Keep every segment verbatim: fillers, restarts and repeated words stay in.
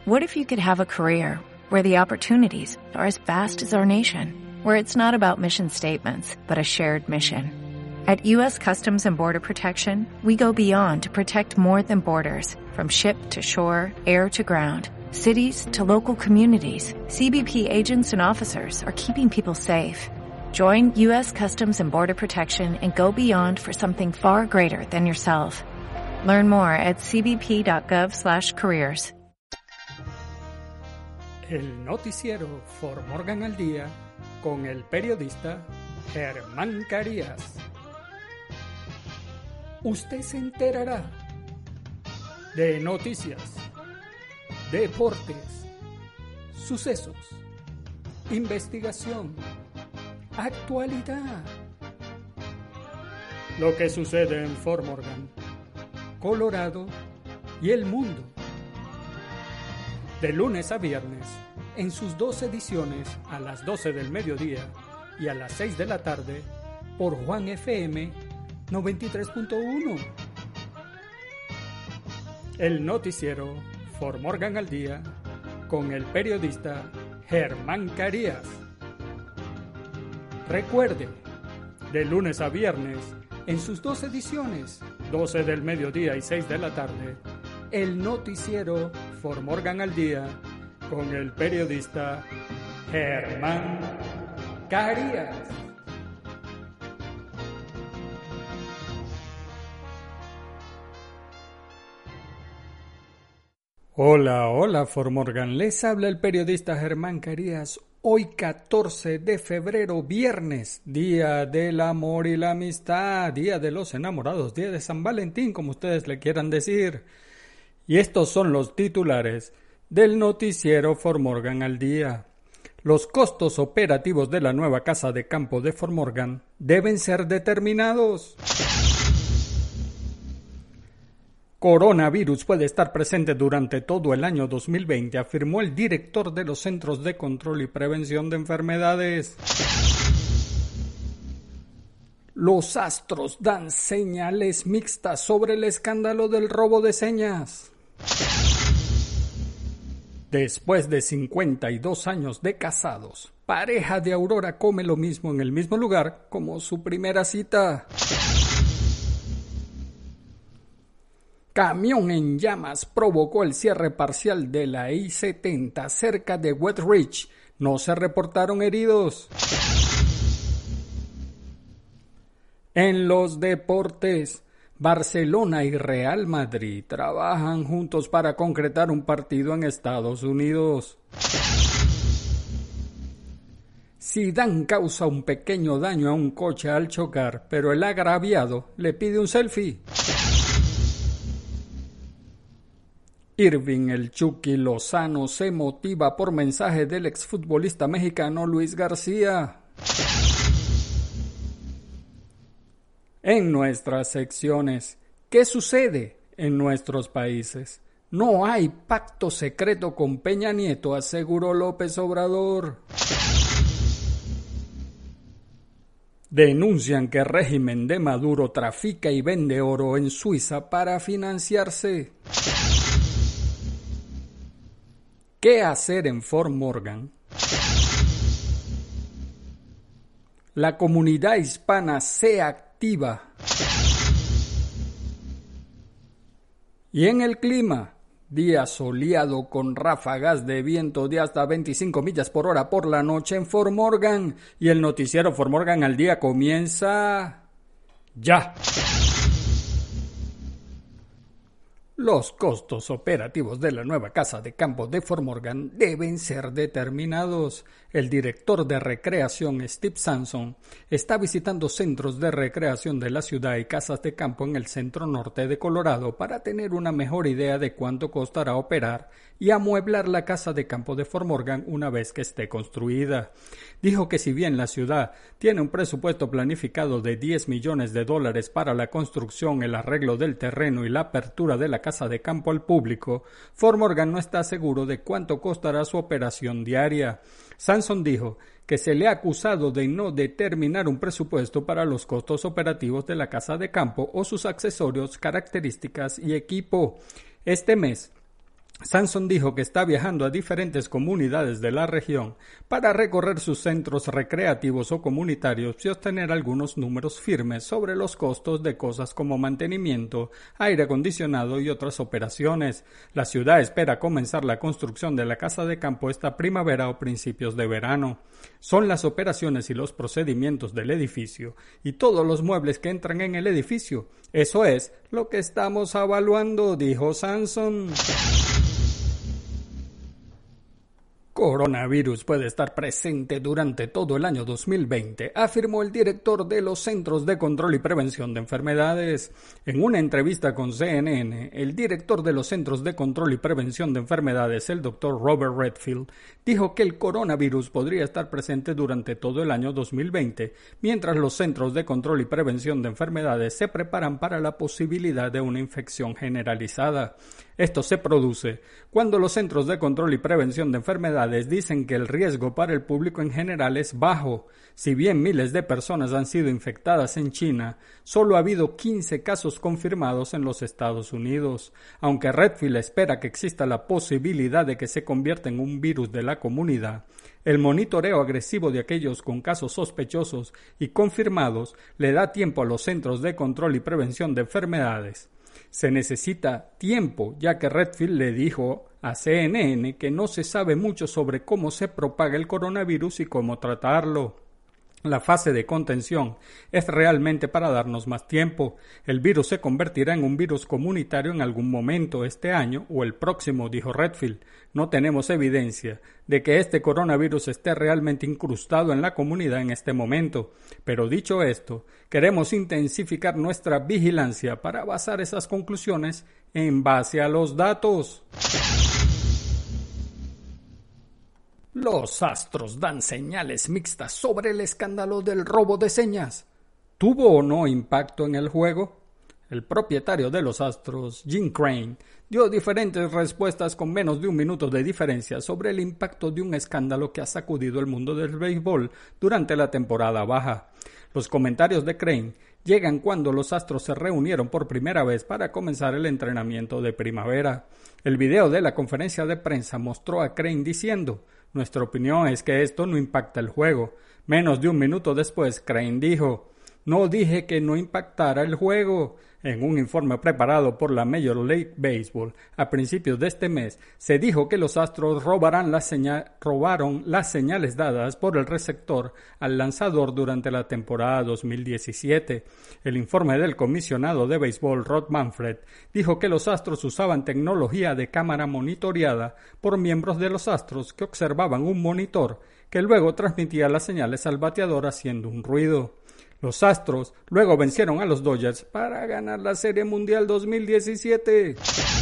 What if you could have a career where the opportunities are as vast as our nation, where it's not about mission statements, but a shared mission? At U S Customs and Border Protection, we go beyond to protect more than borders, from ship to shore, air to ground, cities to local communities. C B P agents and officers are keeping people safe. Join U S Customs and Border Protection and go beyond for something far greater than yourself. Learn more at c b p dot gov slash careers. El noticiero For Morgan al Día con el periodista Germán Carías. Usted se enterará de noticias, deportes, sucesos, investigación, actualidad. Lo que sucede en Fort Morgan, Colorado y el mundo. De lunes a viernes, en sus dos ediciones a las doce del mediodía y a las seis de la tarde, por Juan F M noventa y tres punto uno. El noticiero For Morgan al Día con el periodista Germán Carías. Recuerde, de lunes a viernes, en sus dos ediciones, doce del mediodía y seis de la tarde, el noticiero For Morgan al Día con el periodista Germán Carías. Hola, hola For Morgan, les habla el periodista Germán Carías. Hoy catorce de febrero, viernes, día del amor y la amistad, día de los enamorados, día de San Valentín, como ustedes le quieran decir. Y estos son los titulares del noticiero For Morgan al Día. Los costos operativos de la nueva casa de campo de Fort Morgan deben ser determinados. Coronavirus puede estar presente durante todo el año dos mil veinte, afirmó el director de los Centros de Control y Prevención de Enfermedades. Los Astros dan señales mixtas sobre el escándalo del robo de señas. Después de cincuenta y dos años de casados, pareja de Aurora come lo mismo en el mismo lugar como su primera cita. Camión en llamas provocó el cierre parcial de la I setenta cerca de West Ridge. No se reportaron heridos. En los deportes, Barcelona y Real Madrid trabajan juntos para concretar un partido en Estados Unidos. Zidane causa un pequeño daño a un coche al chocar, pero el agraviado le pide un selfie. Irving el Chucky Lozano se motiva por mensaje del exfutbolista mexicano Luis García. En nuestras secciones, ¿qué sucede en nuestros países? No hay pacto secreto con Peña Nieto, aseguró López Obrador. Denuncian que el régimen de Maduro trafica y vende oro en Suiza para financiarse. ¿Qué hacer en Fort Morgan? La comunidad hispana se activa. Y en el clima, día soleado con ráfagas de viento de hasta veinticinco millas por hora por la noche en Fort Morgan. Y el noticiero Fort Morgan al Día comienza ya. Los costos operativos de la nueva casa de campo de Fort Morgan deben ser determinados. El director de recreación, Steve Sampson, está visitando centros de recreación de la ciudad y casas de campo en el centro norte de Colorado para tener una mejor idea de cuánto costará operar y amueblar la casa de campo de Fort Morgan una vez que esté construida. Dijo que si bien la ciudad tiene un presupuesto planificado de diez millones de dólares para la construcción, el arreglo del terreno y la apertura de la casa de campo al público, Fort Morgan no está seguro de cuánto costará su operación diaria. Sampson dijo que se le ha acusado de no determinar un presupuesto para los costos operativos de la casa de campo o sus accesorios, características y equipo. Este mes, Samson dijo que está viajando a diferentes comunidades de la región para recorrer sus centros recreativos o comunitarios y obtener algunos números firmes sobre los costos de cosas como mantenimiento, aire acondicionado y otras operaciones. La ciudad espera comenzar la construcción de la casa de campo esta primavera o principios de verano. Son las operaciones y los procedimientos del edificio y todos los muebles que entran en el edificio. Eso es lo que estamos evaluando, dijo Samson. Coronavirus puede estar presente durante todo el año dos mil veinte, afirmó el director de los Centros de Control y Prevención de Enfermedades. En una entrevista con C N N, el director de los Centros de Control y Prevención de Enfermedades, el doctor Robert Redfield, dijo que el coronavirus podría estar presente durante todo el año dos mil veinte, mientras los Centros de Control y Prevención de Enfermedades se preparan para la posibilidad de una infección generalizada. Esto se produce cuando los Centros de Control y Prevención de Enfermedades dicen que el riesgo para el público en general es bajo. Si bien miles de personas han sido infectadas en China, solo ha habido quince casos confirmados en los Estados Unidos. Aunque Redfield espera que exista la posibilidad de que se convierta en un virus de la comunidad, el monitoreo agresivo de aquellos con casos sospechosos y confirmados le da tiempo a los Centros de Control y Prevención de Enfermedades. Se necesita tiempo, ya que Redfield le dijo a C N N que no se sabe mucho sobre cómo se propaga el coronavirus y cómo tratarlo. La fase de contención es realmente para darnos más tiempo. El virus se convertirá en un virus comunitario en algún momento este año o el próximo, dijo Redfield. No tenemos evidencia de que este coronavirus esté realmente incrustado en la comunidad en este momento. Pero dicho esto, queremos intensificar nuestra vigilancia para basar esas conclusiones en base a los datos. Los Astros dan señales mixtas sobre el escándalo del robo de señas. ¿Tuvo o no impacto en el juego? El propietario de los Astros, Jim Crane, dio diferentes respuestas con menos de un minuto de diferencia sobre el impacto de un escándalo que ha sacudido el mundo del béisbol durante la temporada baja. Los comentarios de Crane llegan cuando los Astros se reunieron por primera vez para comenzar el entrenamiento de primavera. El video de la conferencia de prensa mostró a Crane diciendo: "Nuestra opinión es que esto no impacta el juego". Menos de un minuto después, Crane dijo: "No dije que no impactara el juego". En un informe preparado por la Major League Baseball a principios de este mes, se dijo que los Astros robarán la señal, robaron las señales dadas por el receptor al lanzador durante la temporada dos mil diecisiete. El informe del comisionado de béisbol Rob Manfred dijo que los Astros usaban tecnología de cámara monitoreada por miembros de los Astros que observaban un monitor que luego transmitía las señales al bateador haciendo un ruido. Los Astros luego vencieron a los Dodgers para ganar la Serie Mundial dos mil diecisiete.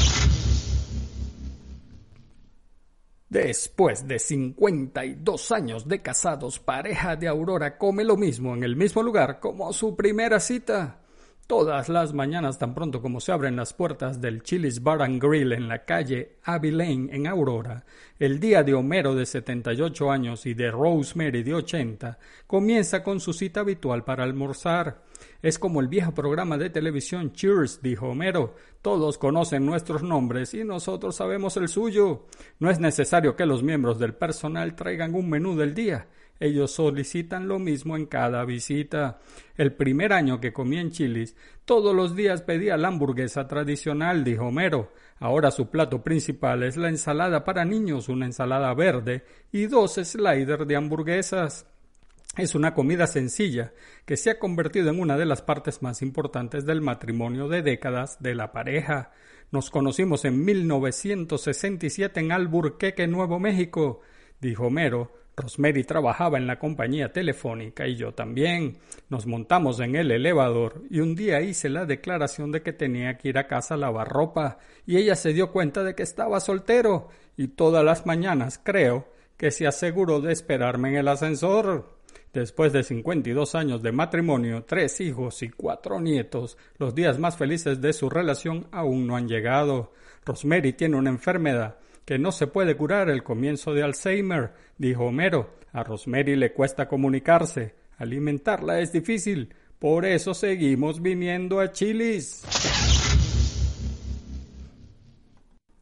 Después de cincuenta y dos años de casados, pareja de Aurora come lo mismo en el mismo lugar como su primera cita. Todas las mañanas, tan pronto como se abren las puertas del Chili's Bar and Grill en la calle Abbey Lane en Aurora, el día de Homero de setenta y ocho años y de Rosemary de ochenta comienza con su cita habitual para almorzar. Es como el viejo programa de televisión Cheers, dijo Homero. Todos conocen nuestros nombres y nosotros sabemos el suyo. No es necesario que los miembros del personal traigan un menú del día. Ellos solicitan lo mismo en cada visita. El primer año que comí en Chili's, todos los días pedía la hamburguesa tradicional, dijo Homero. Ahora su plato principal es la ensalada para niños, una ensalada verde y dos sliders de hamburguesas. Es una comida sencilla que se ha convertido en una de las partes más importantes del matrimonio de décadas de la pareja. Nos conocimos en mil novecientos sesenta y siete en Albuquerque, Nuevo México, dijo Homero. Rosemary trabajaba en la compañía telefónica y yo también. Nos montamos en el elevador y un día hice la declaración de que tenía que ir a casa a lavar ropa y ella se dio cuenta de que estaba soltero y todas las mañanas, creo, que se aseguró de esperarme en el ascensor. Después de cincuenta y dos años de matrimonio, tres hijos y cuatro nietos, los días más felices de su relación aún no han llegado. Rosemary tiene una enfermedad que no se puede curar, el comienzo de Alzheimer, dijo Homero. A Rosemary le cuesta comunicarse. Alimentarla es difícil. Por eso seguimos viniendo a Chili's.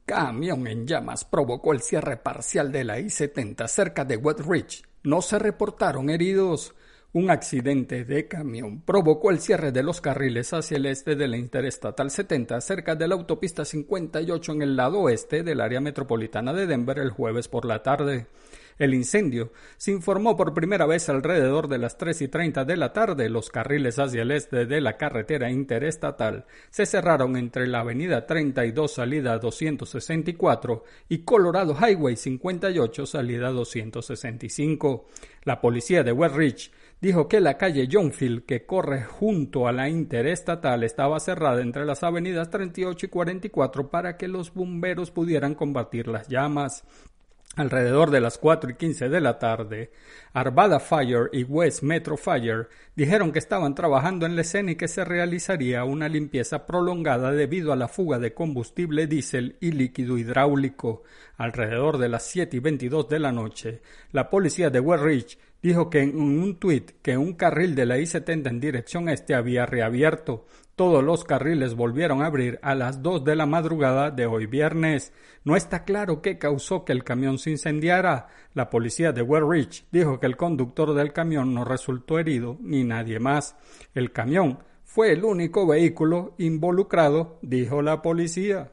Camión en llamas provocó el cierre parcial de la I setenta cerca de West Ridge. No se reportaron heridos. Un accidente de camión provocó el cierre de los carriles hacia el este de la Interestatal setenta cerca de la autopista cincuenta y ocho en el lado oeste del área metropolitana de Denver el jueves por la tarde. El incendio se informó por primera vez alrededor de las tres y treinta de la tarde. Los carriles hacia el este de la carretera interestatal se cerraron entre la avenida treinta y dos salida doscientos sesenta y cuatro y Colorado Highway cincuenta y ocho salida doscientos sesenta y cinco. La policía de West Ridge dijo que la calle Johnfield, que corre junto a la interestatal, estaba cerrada entre las avenidas treinta y ocho y cuarenta y cuatro para que los bomberos pudieran combatir las llamas. Alrededor de las cuatro y quince de la tarde, Arvada Fire y West Metro Fire dijeron que estaban trabajando en la escena y que se realizaría una limpieza prolongada debido a la fuga de combustible diésel y líquido hidráulico. Alrededor de las siete y veintidós de la noche, la policía de West Ridge dijo que en un tuit que un carril de la I setenta en dirección este había reabierto. Todos los carriles volvieron a abrir a las dos de la madrugada de hoy viernes. No está claro qué causó que el camión se incendiara. La policía de West Ridge dijo que el conductor del camión no resultó herido ni nadie más. El camión fue el único vehículo involucrado, dijo la policía.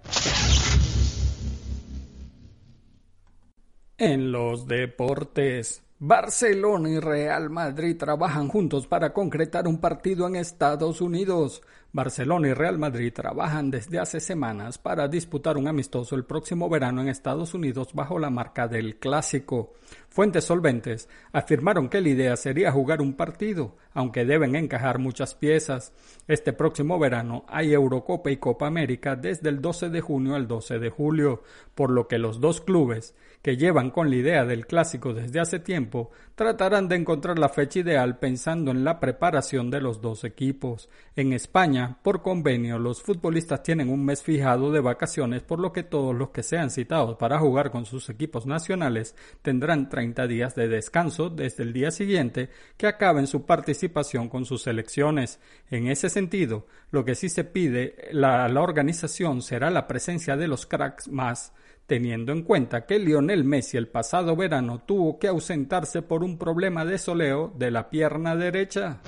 En los deportes, Barcelona y Real Madrid trabajan juntos para concretar un partido en Estados Unidos. Barcelona y Real Madrid trabajan desde hace semanas para disputar un amistoso el próximo verano en Estados Unidos bajo la marca del Clásico. Fuentes solventes afirmaron que la idea sería jugar un partido, aunque deben encajar muchas piezas. Este próximo verano hay Eurocopa y Copa América desde el doce de junio al doce de julio, por lo que los dos clubes, que llevan con la idea del Clásico desde hace tiempo, tratarán de encontrar la fecha ideal pensando en la preparación de los dos equipos. En España, por convenio, los futbolistas tienen un mes fijado de vacaciones, por lo que todos los que sean citados para jugar con sus equipos nacionales tendrán treinta días de descanso desde el día siguiente que acaben su participación con sus selecciones. En ese sentido, lo que sí se pide a la organización será la presencia de los cracks más, teniendo en cuenta que Lionel Messi el pasado verano tuvo que ausentarse por un problema de soleo de la pierna derecha.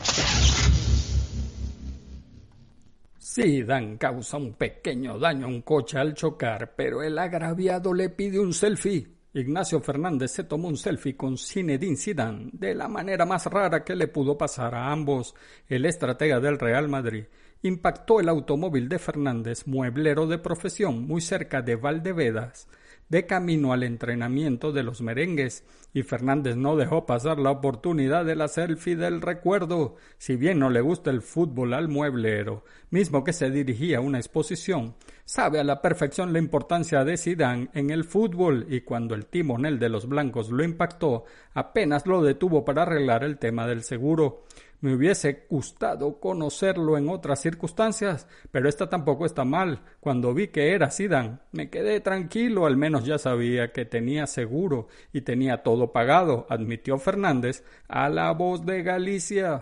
Zidane causa un pequeño daño a un coche al chocar, pero el agraviado le pide un selfie. Ignacio Fernández se tomó un selfie con Zinedine Zidane de la manera más rara que le pudo pasar a ambos. El estratega del Real Madrid impactó el automóvil de Fernández, mueblero de profesión, muy cerca de Valdevedas, de camino al entrenamiento de los merengues, y Fernández no dejó pasar la oportunidad de la selfie del recuerdo. Si bien no le gusta el fútbol al mueblero, mismo que se dirigía a una exposición, sabe a la perfección la importancia de Zidane en el fútbol, y cuando el timonel de los blancos lo impactó, apenas lo detuvo para arreglar el tema del seguro. Me hubiese gustado conocerlo en otras circunstancias, pero esta tampoco está mal. Cuando vi que era Zidane, me quedé tranquilo, al menos ya sabía que tenía seguro y tenía todo pagado, admitió Fernández a La Voz de Galicia.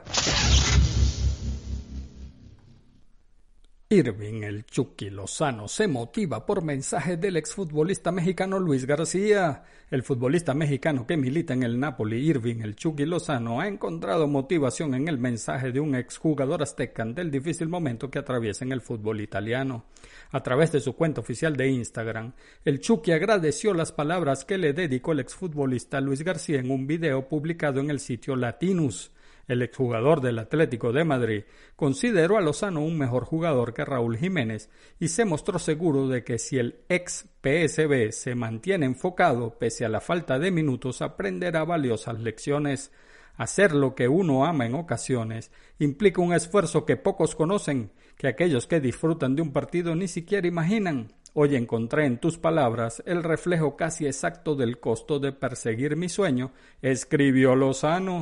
Irving el Chucky Lozano se motiva por mensajes del exfutbolista mexicano Luis García. El futbolista mexicano que milita en el Napoli, Irving el Chucky Lozano, ha encontrado motivación en el mensaje de un exjugador azteca del difícil momento que atraviesa en el fútbol italiano. A través de su cuenta oficial de Instagram, el Chucky agradeció las palabras que le dedicó el exfutbolista Luis García en un video publicado en el sitio Latinus. El exjugador del Atlético de Madrid consideró a Lozano un mejor jugador que Raúl Jiménez y se mostró seguro de que si el ex P S V se mantiene enfocado pese a la falta de minutos, aprenderá valiosas lecciones. Hacer lo que uno ama en ocasiones implica un esfuerzo que pocos conocen, que aquellos que disfrutan de un partido ni siquiera imaginan. Hoy encontré en tus palabras el reflejo casi exacto del costo de perseguir mi sueño, escribió Lozano.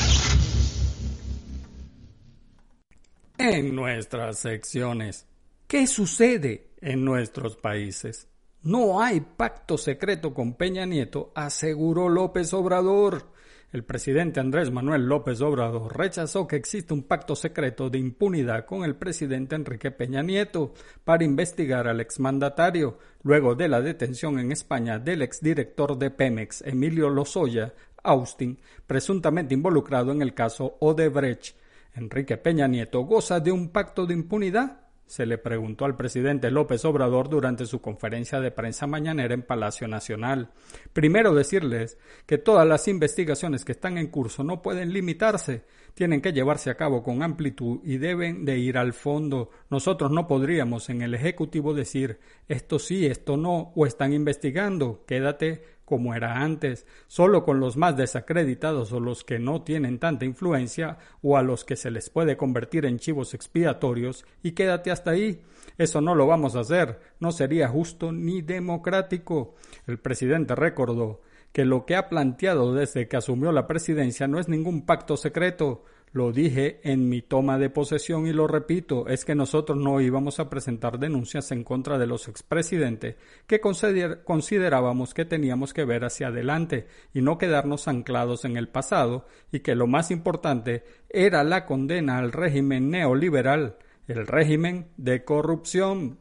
En nuestras secciones, ¿qué sucede en nuestros países? No hay pacto secreto con Peña Nieto, aseguró López Obrador. El presidente Andrés Manuel López Obrador rechazó que existe un pacto secreto de impunidad con el presidente Enrique Peña Nieto para investigar al exmandatario, luego de la detención en España del exdirector de Pemex, Emilio Lozoya Austin, presuntamente involucrado en el caso Odebrecht. ¿Enrique Peña Nieto goza de un pacto de impunidad?, se le preguntó al presidente López Obrador durante su conferencia de prensa mañanera en Palacio Nacional. Primero decirles que todas las investigaciones que están en curso no pueden limitarse, tienen que llevarse a cabo con amplitud y deben de ir al fondo. Nosotros no podríamos en el Ejecutivo decir esto sí, esto no, o están investigando, quédate como era antes, solo con los más desacreditados o los que no tienen tanta influencia o a los que se les puede convertir en chivos expiatorios y quédate hasta ahí. Eso no lo vamos a hacer, no sería justo ni democrático. El presidente recordó que lo que ha planteado desde que asumió la presidencia no es ningún pacto secreto. Lo dije en mi toma de posesión y lo repito, es que nosotros no íbamos a presentar denuncias en contra de los expresidentes que consider- considerábamos que teníamos que ver hacia adelante y no quedarnos anclados en el pasado, y que lo más importante era la condena al régimen neoliberal, el régimen de corrupción.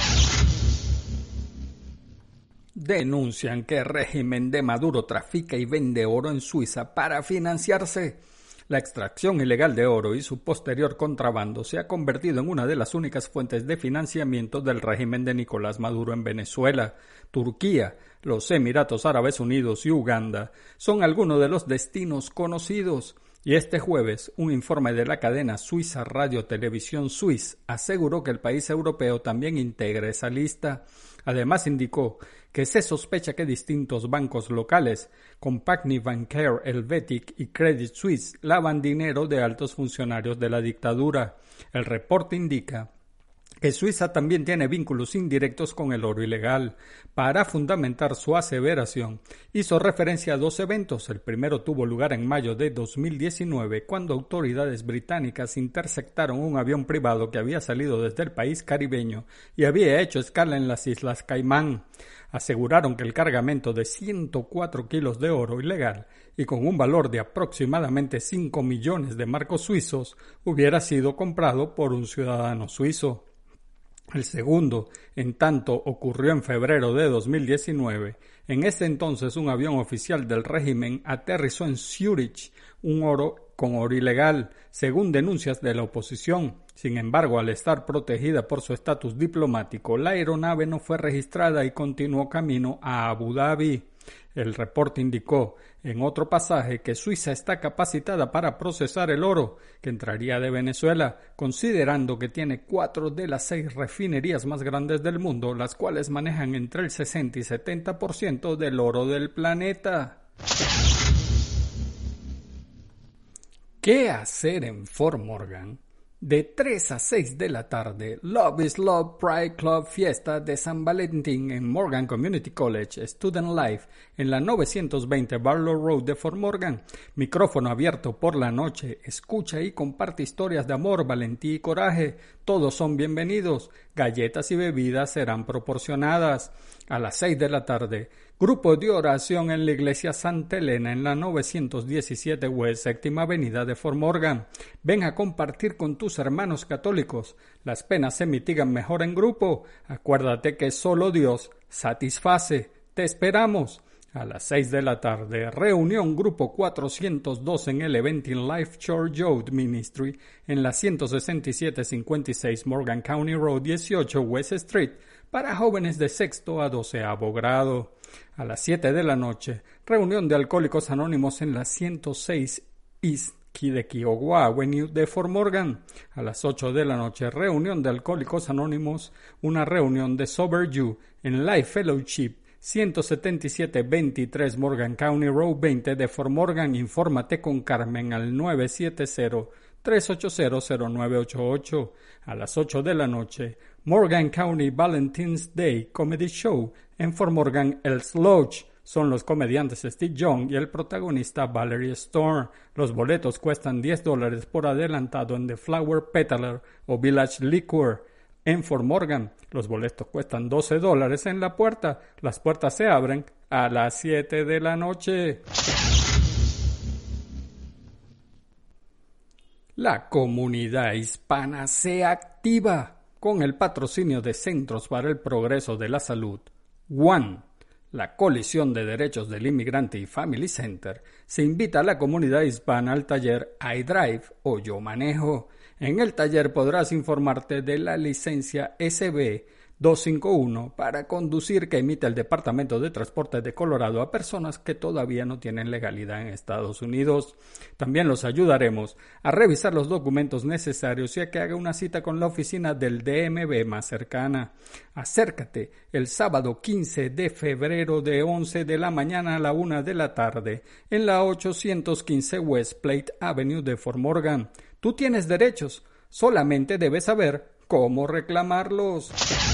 Denuncian que el régimen de Maduro trafica y vende oro en Suiza para financiarse. La extracción ilegal de oro y su posterior contrabando se ha convertido en una de las únicas fuentes de financiamiento del régimen de Nicolás Maduro en Venezuela. Turquía, los Emiratos Árabes Unidos y Uganda son algunos de los destinos conocidos. Y este jueves, un informe de la cadena suiza Radio Televisión Suisse aseguró que el país europeo también integra esa lista. Además indicó que se sospecha que distintos bancos locales, Compagnie Bancaire Helvétique y Credit Suisse, lavan dinero de altos funcionarios de la dictadura. El reporte indica que Suiza también tiene vínculos indirectos con el oro ilegal. Para fundamentar su aseveración, hizo referencia a dos eventos. El primero tuvo lugar en mayo de dos mil diecinueve, cuando autoridades británicas interceptaron un avión privado que había salido desde el país caribeño y había hecho escala en las Islas Caimán. Aseguraron que el cargamento de ciento cuatro kilos de oro ilegal y con un valor de aproximadamente cinco millones de marcos suizos hubiera sido comprado por un ciudadano suizo. El segundo, en tanto, ocurrió en febrero de dos mil diecinueve. En ese entonces, un avión oficial del régimen aterrizó en Zúrich, un oro con oro ilegal, según denuncias de la oposición. Sin embargo, al estar protegida por su estatus diplomático, la aeronave no fue registrada y continuó camino a Abu Dhabi. El reporte indicó en otro pasaje que Suiza está capacitada para procesar el oro que entraría de Venezuela, considerando que tiene cuatro de las seis refinerías más grandes del mundo, las cuales manejan entre el sesenta y setenta por ciento del oro del planeta. ¿Qué hacer en Fort Morgan? De tres a seis de la tarde, Love is Love Pride Club Fiesta de San Valentín en Morgan Community College Student Life en la novecientos veinte Barlow Road de Fort Morgan. Micrófono abierto por la noche. Escucha y comparte historias de amor, valentía y coraje. Todos son bienvenidos. Galletas y bebidas serán proporcionadas. A las seis de la tarde, grupo de oración en la iglesia Santa Elena en la novecientos diecisiete West Séptima Avenida de Fort Morgan. Ven a compartir con tus hermanos católicos. Las penas se mitigan mejor en grupo. Acuérdate que solo Dios satisface. Te esperamos. A las seis de la tarde, reunión grupo cuatrocientos dos en el Eventing Life Church Youth Ministry en la ciento sesenta y siete cincuenta y seis Morgan County Road dieciocho West Street para jóvenes de sexto a doceavo grado. A las siete de la noche, reunión de Alcohólicos Anónimos en la ciento seis East de Kiowa Avenue de Fort Morgan. A las ocho de la noche, reunión de Alcohólicos Anónimos, una reunión de Sober You en Life Fellowship ciento setenta y siete veintitrés Morgan County Road veinte de Fort Morgan. Infórmate con Carmen al nueve siete cero, tres ocho cero, cero nueve ocho ocho. A las ocho de la noche, Morgan County Valentine's Day Comedy Show en Fort Morgan Elks Lodge. Son los comediantes Steve Young y el protagonista Valerie Storm. Los boletos cuestan diez dólares por adelantado en The Flower Petaler o Village Liquor. En Fort Morgan, los boletos cuestan doce dólares en la puerta. Las puertas se abren a las siete de la noche. La comunidad hispana se activa con el patrocinio de Centros para el Progreso de la Salud, One, la Coalición de Derechos del Inmigrante y Family Center. Se invita a la comunidad hispana al taller iDrive o Yo Manejo. En el taller podrás informarte de la licencia S B doscientos cincuenta y uno para conducir que emite el Departamento de Transporte de Colorado a personas que todavía no tienen legalidad en Estados Unidos. También los ayudaremos a revisar los documentos necesarios y a que haga una cita con la oficina del D M V más cercana. Acércate el sábado quince de febrero de once de la mañana a la una de la tarde en la ochocientos quince West Plate Avenue de Fort Morgan. Tú tienes derechos, solamente debes saber cómo reclamarlos.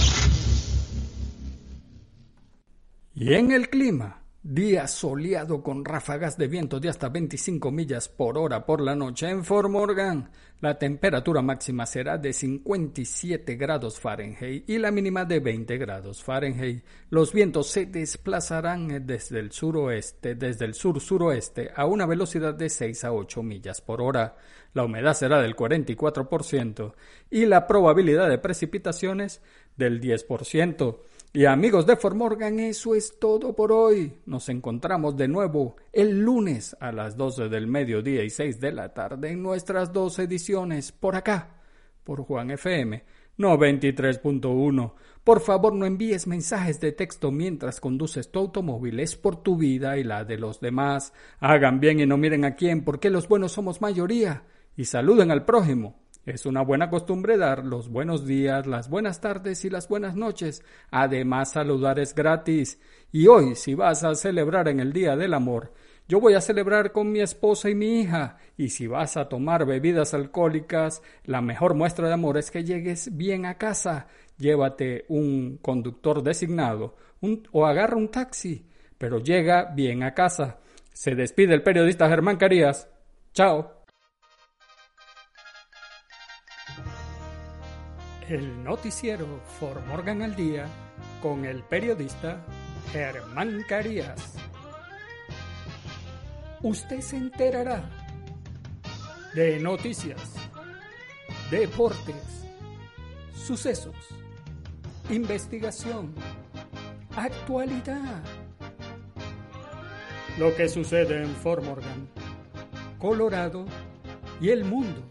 Y en el clima, día soleado con ráfagas de viento de hasta veinticinco millas por hora por la noche en Fort Morgan. La temperatura máxima será de cincuenta y siete grados Fahrenheit y la mínima de veinte grados Fahrenheit. Los vientos se desplazarán desde el suroeste, desde el sur-suroeste a una velocidad de seis a ocho millas por hora. La humedad será del cuarenta y cuatro por ciento y la probabilidad de precipitaciones del diez por ciento. Y amigos de Fort Morgan, eso es todo por hoy. Nos encontramos de nuevo el lunes a las doce del mediodía y seis de la tarde en nuestras dos ediciones por acá, por Juan F M noventa y tres punto uno. Por favor, no envíes mensajes de texto mientras conduces tu automóvil. Es por tu vida y la de los demás. Hagan bien y no miren a quién, porque los buenos somos mayoría. Y saluden al prójimo. Es una buena costumbre dar los buenos días, las buenas tardes y las buenas noches. Además, saludar es gratis. Y hoy, si vas a celebrar en el Día del Amor, yo voy a celebrar con mi esposa y mi hija. Y si vas a tomar bebidas alcohólicas, la mejor muestra de amor es que llegues bien a casa. Llévate un conductor designado un, o agarra un taxi, pero llega bien a casa. Se despide el periodista Germán Carías. Chao. El noticiero Fort Morgan al día con el periodista Germán Carías. Usted se enterará de noticias, deportes, sucesos, investigación, actualidad. Lo que sucede en Fort Morgan, Colorado y el mundo.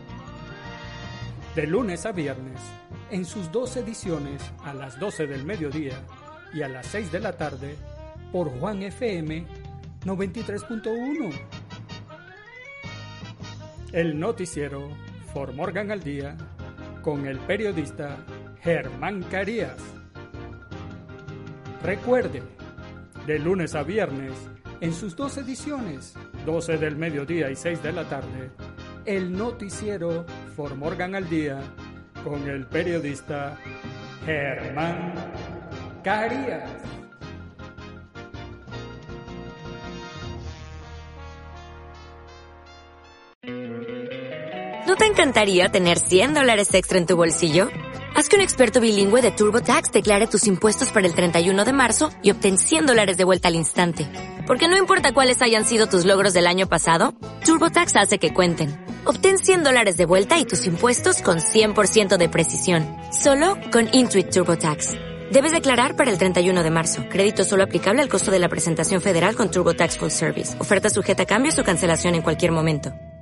De lunes a viernes, en sus dos ediciones, a las doce del mediodía y a las seis de la tarde, por Juan F M noventa y tres punto uno. El noticiero Fort Morgan al día, con el periodista Germán Carías. Recuerde, de lunes a viernes, en sus dos ediciones, doce del mediodía y seis de la tarde, el noticiero Fort Morgan al día con el periodista Germán Carías. ¿No te encantaría tener cien dólares extra en tu bolsillo? Haz que un experto bilingüe de TurboTax declare tus impuestos para el treinta y uno de marzo y obtén cien dólares de vuelta al instante. Porque no importa cuáles hayan sido tus logros del año pasado, TurboTax hace que cuenten. Obtén cien dólares de vuelta y tus impuestos con cien por ciento de precisión. Solo con Intuit TurboTax. Debes declarar para el treinta y uno de marzo. Crédito solo aplicable al costo de la presentación federal con TurboTax Full Service. Oferta sujeta a cambios o cancelación en cualquier momento.